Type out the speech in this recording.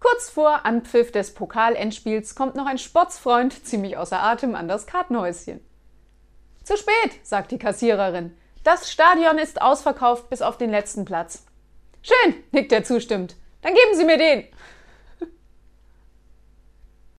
Kurz vor Anpfiff des Pokalendspiels kommt noch ein Sportsfreund ziemlich außer Atem an das Kartenhäuschen. »Zu spät«, sagt die Kassiererin. »Das Stadion ist ausverkauft bis auf den letzten Platz.« »Schön«, nickt er zustimmend. »Dann geben Sie mir den.«